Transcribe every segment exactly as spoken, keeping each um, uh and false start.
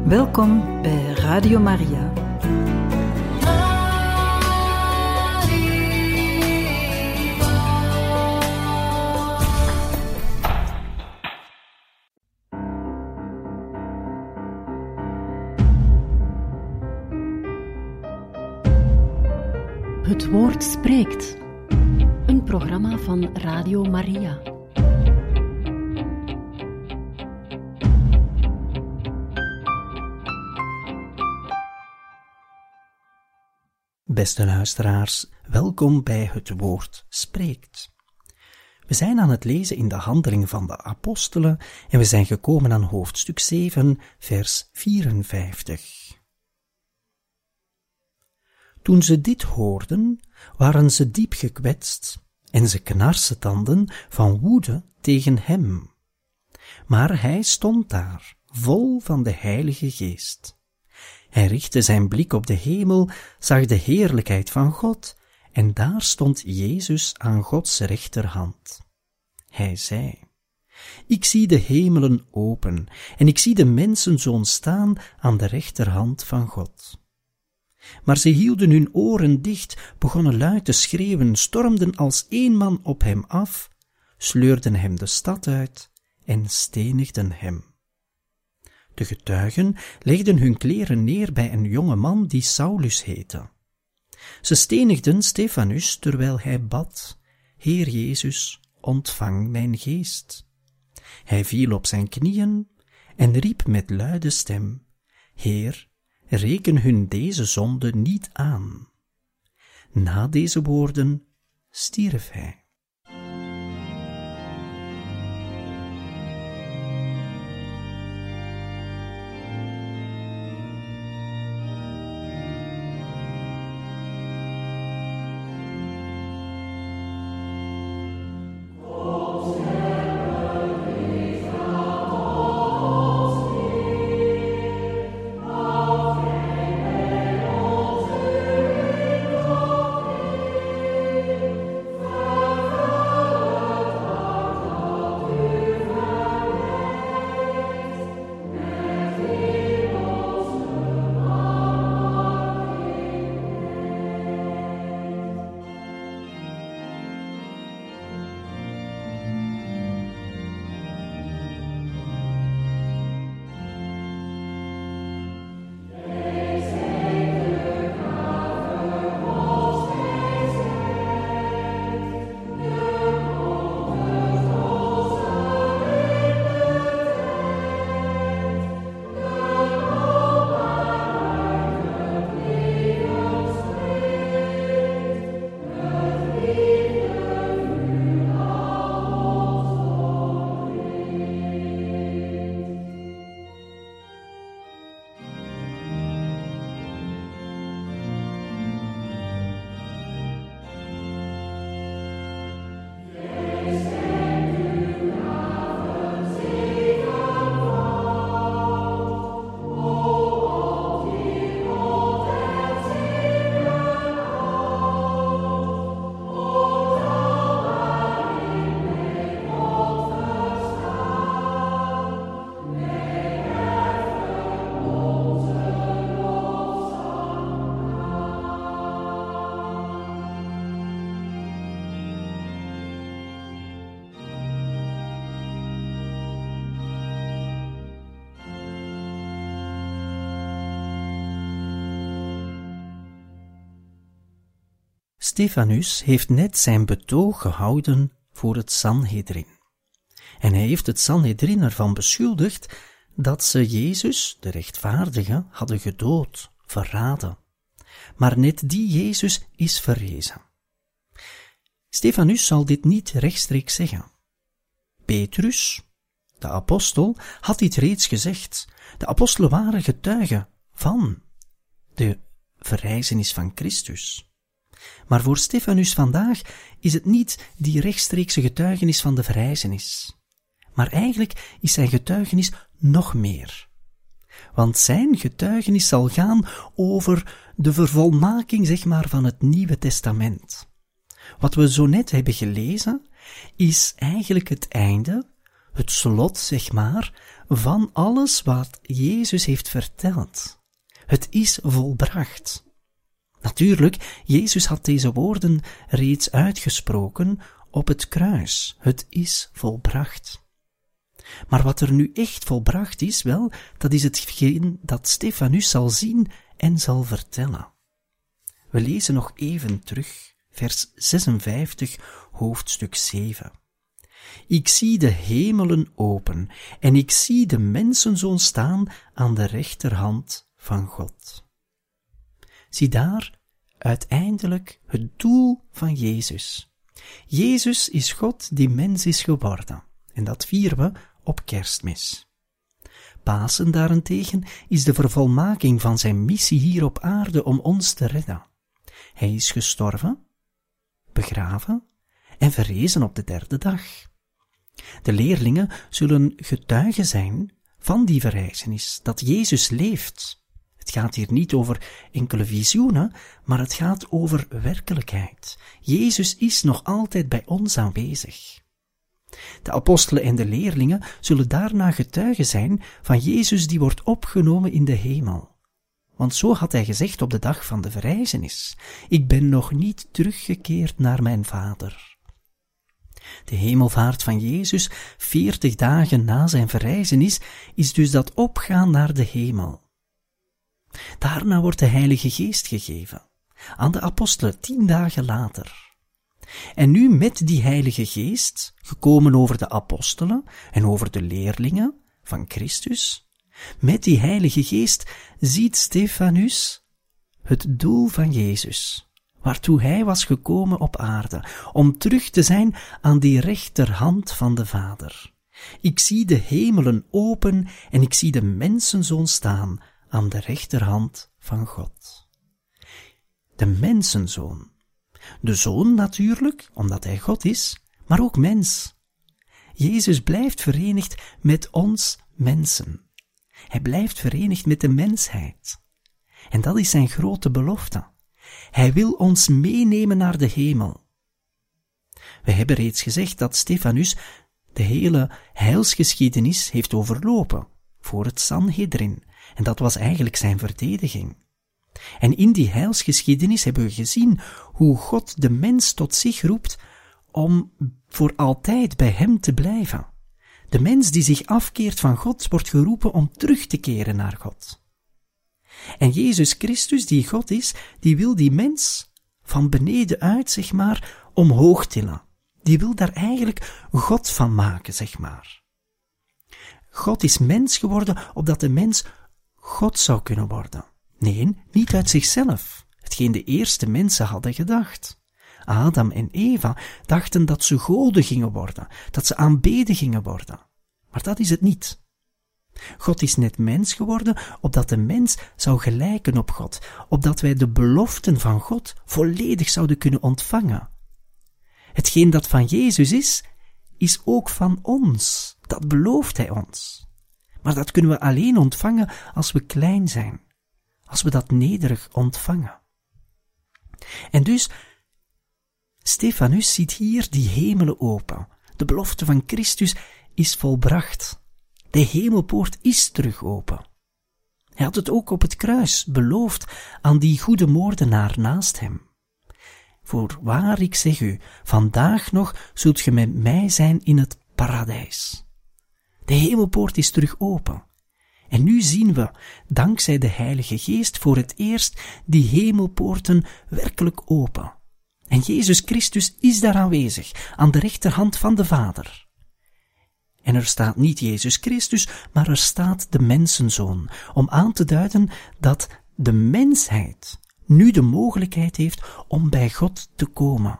Welkom bij Radio Maria. Het Woord spreekt. Een programma van Radio Maria. Beste luisteraars, welkom bij Het Woord spreekt. We zijn aan het lezen in de Handelingen van de Apostelen en we zijn gekomen aan hoofdstuk zeven, vers vierenvijftig. Toen ze dit hoorden, waren ze diep gekwetst en ze knarsetanden van woede tegen hem. Maar hij stond daar, vol van de Heilige Geest. Hij richtte zijn blik op de hemel, zag de heerlijkheid van God, en daar stond Jezus aan Gods rechterhand. Hij zei: Ik zie de hemelen open, en ik zie de mensenzoon staan aan de rechterhand van God. Maar ze hielden hun oren dicht, begonnen luid te schreeuwen, stormden als één man op hem af, sleurden hem de stad uit en stenigden hem. De getuigen legden hun kleren neer bij een jonge man die Saulus heette. Ze stenigden Stefanus terwijl hij bad: Heer Jezus, ontvang mijn geest. Hij viel op zijn knieën en riep met luide stem: Heer, reken hun deze zonde niet aan. Na deze woorden stierf hij. Stefanus heeft net zijn betoog gehouden voor het Sanhedrin. En hij heeft het Sanhedrin ervan beschuldigd dat ze Jezus, de rechtvaardige, hadden gedood, verraden. Maar net die Jezus is verrezen. Stefanus zal dit niet rechtstreeks zeggen. Petrus, de apostel, had dit reeds gezegd. De apostelen waren getuigen van de verrijzenis van Christus. Maar voor Stefanus vandaag is het niet die rechtstreekse getuigenis van de verrijzenis. Maar eigenlijk is zijn getuigenis nog meer. Want zijn getuigenis zal gaan over de vervolmaking, zeg maar, van het Nieuwe Testament. Wat we zo net hebben gelezen, is eigenlijk het einde, het slot, zeg maar, van alles wat Jezus heeft verteld. Het is volbracht. Natuurlijk, Jezus had deze woorden reeds uitgesproken op het kruis. Het is volbracht. Maar wat er nu echt volbracht is, wel, dat is hetgeen dat Stefanus zal zien en zal vertellen. We lezen nog even terug, vers zesenvijftig, hoofdstuk zeven. Ik zie de hemelen open en ik zie de mensenzoon staan aan de rechterhand van God. Zie daar uiteindelijk het doel van Jezus. Jezus is God die mens is geworden. En dat vieren we op Kerstmis. Pasen daarentegen is de vervolmaking van zijn missie hier op aarde om ons te redden. Hij is gestorven, begraven en verrezen op de derde dag. De leerlingen zullen getuigen zijn van die verrijzenis, dat Jezus leeft. Het gaat hier niet over enkele visioenen, maar het gaat over werkelijkheid. Jezus is nog altijd bij ons aanwezig. De apostelen en de leerlingen zullen daarna getuigen zijn van Jezus die wordt opgenomen in de hemel. Want zo had hij gezegd op de dag van de verrijzenis: ik ben nog niet teruggekeerd naar mijn Vader. De hemelvaart van Jezus, veertig dagen na zijn verrijzenis, is dus dat opgaan naar de hemel. Daarna wordt de Heilige Geest gegeven, aan de apostelen tien dagen later. En nu met die Heilige Geest, gekomen over de apostelen en over de leerlingen van Christus, met die Heilige Geest ziet Stefanus het doel van Jezus, waartoe hij was gekomen op aarde, om terug te zijn aan die rechterhand van de Vader. Ik zie de hemelen open en ik zie de mensenzoon staan aan de rechterhand van God. De mensenzoon. De Zoon natuurlijk, omdat hij God is, maar ook mens. Jezus blijft verenigd met ons mensen. Hij blijft verenigd met de mensheid. En dat is zijn grote belofte. Hij wil ons meenemen naar de hemel. We hebben reeds gezegd dat Stefanus de hele heilsgeschiedenis heeft overlopen voor het Sanhedrin. En dat was eigenlijk zijn verdediging. En in die heilsgeschiedenis hebben we gezien hoe God de mens tot zich roept om voor altijd bij hem te blijven. De mens die zich afkeert van God wordt geroepen om terug te keren naar God. En Jezus Christus, die God is, die wil die mens van beneden uit, zeg maar, omhoog tillen. Die wil daar eigenlijk God van maken, zeg maar. God is mens geworden, opdat de mens God zou kunnen worden. Nee, niet uit zichzelf, hetgeen de eerste mensen hadden gedacht. Adam en Eva dachten dat ze goden gingen worden, dat ze aanbeden gingen worden. Maar dat is het niet. God is net mens geworden, opdat de mens zou gelijken op God, opdat wij de beloften van God volledig zouden kunnen ontvangen. Hetgeen dat van Jezus is, is ook van ons. Dat belooft hij ons. Maar dat kunnen we alleen ontvangen als we klein zijn. Als we dat nederig ontvangen. En dus, Stefanus ziet hier die hemelen open. De belofte van Christus is volbracht. De hemelpoort is terug open. Hij had het ook op het kruis beloofd aan die goede moordenaar naast hem. Voorwaar, ik zeg u, vandaag nog zult ge met mij zijn in het paradijs. De hemelpoort is terug open. En nu zien we, dankzij de Heilige Geest, voor het eerst die hemelpoorten werkelijk open. En Jezus Christus is daar aanwezig, aan de rechterhand van de Vader. En er staat niet Jezus Christus, maar er staat de mensenzoon, om aan te duiden dat de mensheid nu de mogelijkheid heeft om bij God te komen.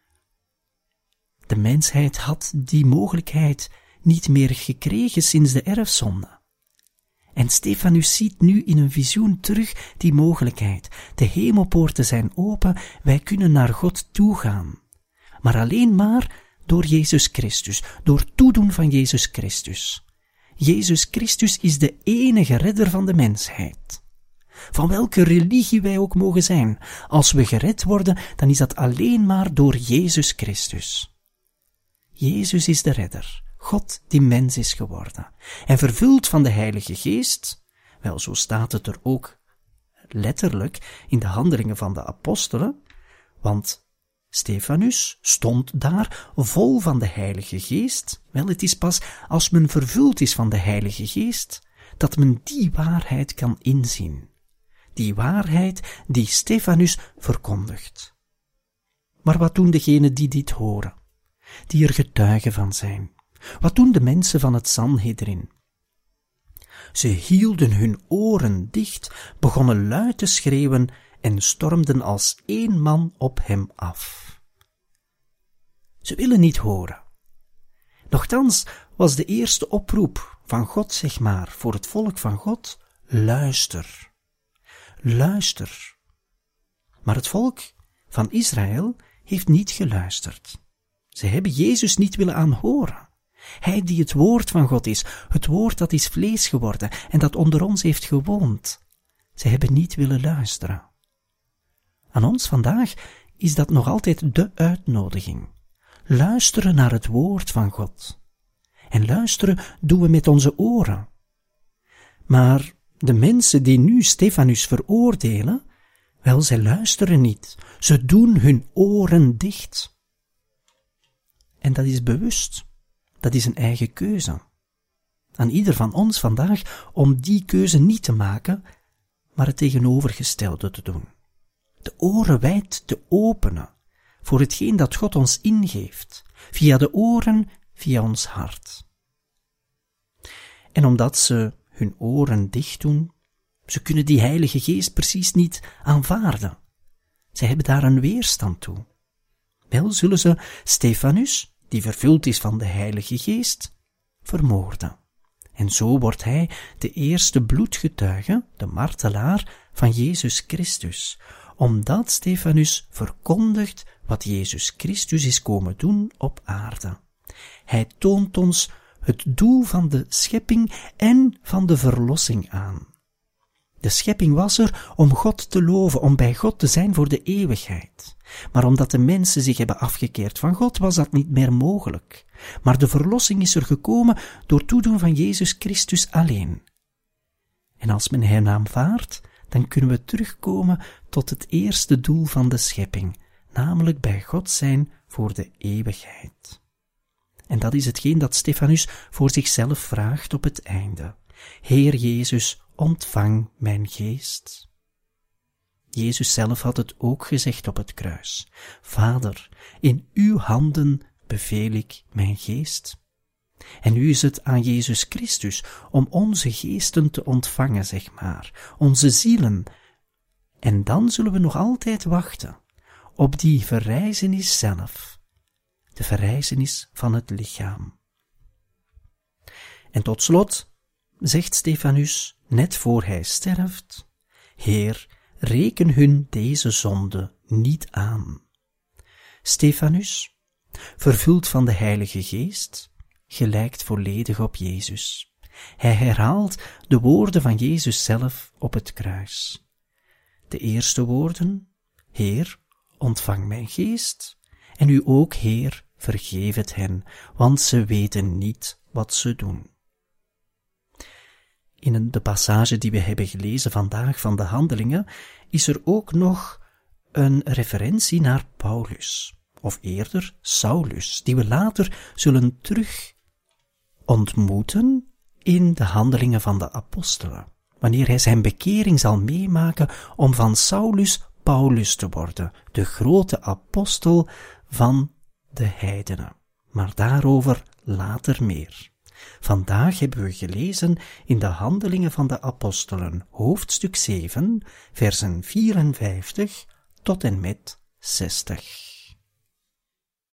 De mensheid had die mogelijkheid niet meer gekregen sinds de erfzonde. En Stefanus ziet nu in een visioen terug die mogelijkheid. De hemelpoorten zijn open, wij kunnen naar God toegaan. Maar alleen maar door Jezus Christus, door toedoen van Jezus Christus. Jezus Christus is de enige redder van de mensheid. Van welke religie wij ook mogen zijn, als we gered worden, dan is dat alleen maar door Jezus Christus. Jezus is de redder. God die mens is geworden. En vervuld van de Heilige Geest, wel, zo staat het er ook letterlijk in de Handelingen van de Apostelen, want Stefanus stond daar vol van de Heilige Geest. Wel, het is pas als men vervuld is van de Heilige Geest, dat men die waarheid kan inzien. Die waarheid die Stefanus verkondigt. Maar wat doen degenen die dit horen? Die er getuigen van zijn? Wat doen de mensen van het Sanhedrin? Ze hielden hun oren dicht, begonnen luid te schreeuwen en stormden als één man op hem af. Ze willen niet horen. Nochtans was de eerste oproep van God, zeg maar, voor het volk van God, luister. Luister. Maar het volk van Israël heeft niet geluisterd. Ze hebben Jezus niet willen aanhoren. Hij die het woord van God is, het woord dat is vlees geworden en dat onder ons heeft gewoond. Ze hebben niet willen luisteren. Aan ons vandaag is dat nog altijd de uitnodiging. Luisteren naar het woord van God. En luisteren doen we met onze oren. Maar de mensen die nu Stefanus veroordelen, wel, zij luisteren niet. Ze doen hun oren dicht. En dat is bewust. Dat is een eigen keuze. Aan ieder van ons vandaag om die keuze niet te maken, maar het tegenovergestelde te doen. De oren wijd te openen voor hetgeen dat God ons ingeeft, via de oren, via ons hart. En omdat ze hun oren dicht doen, ze kunnen die Heilige Geest precies niet aanvaarden. Ze hebben daar een weerstand toe. Wel zullen ze Stefanus, die vervuld is van de Heilige Geest, vermoorden. En zo wordt hij de eerste bloedgetuige, de martelaar van Jezus Christus, omdat Stefanus verkondigt wat Jezus Christus is komen doen op aarde. Hij toont ons het doel van de schepping en van de verlossing aan. De schepping was er om God te loven, om bij God te zijn voor de eeuwigheid. Maar omdat de mensen zich hebben afgekeerd van God, was dat niet meer mogelijk. Maar de verlossing is er gekomen door toedoen van Jezus Christus alleen. En als men hem aanvaardt, dan kunnen we terugkomen tot het eerste doel van de schepping, namelijk bij God zijn voor de eeuwigheid. En dat is hetgeen dat Stefanus voor zichzelf vraagt op het einde. Heer Jezus, ontvang mijn geest. Jezus zelf had het ook gezegd op het kruis. Vader, in uw handen beveel ik mijn geest. En nu is het aan Jezus Christus om onze geesten te ontvangen, zeg maar, onze zielen. En dan zullen we nog altijd wachten op die verrijzenis zelf, de verrijzenis van het lichaam. En tot slot zegt Stefanus, net voor hij sterft, Heer, reken hun deze zonde niet aan. Stefanus, vervuld van de Heilige Geest, gelijkt volledig op Jezus. Hij herhaalt de woorden van Jezus zelf op het kruis. De eerste woorden, Heer, ontvang mijn geest, en u ook, Heer, vergeef het hen, want ze weten niet wat ze doen. In de passage die we hebben gelezen vandaag van de Handelingen, is er ook nog een referentie naar Paulus, of eerder Saulus, die we later zullen terug ontmoeten in de Handelingen van de Apostelen, wanneer hij zijn bekering zal meemaken om van Saulus Paulus te worden, de grote apostel van de heidenen. Maar daarover later meer. Vandaag hebben we gelezen in de Handelingen van de Apostelen, hoofdstuk zeven, versen vierenvijftig tot en met zestig.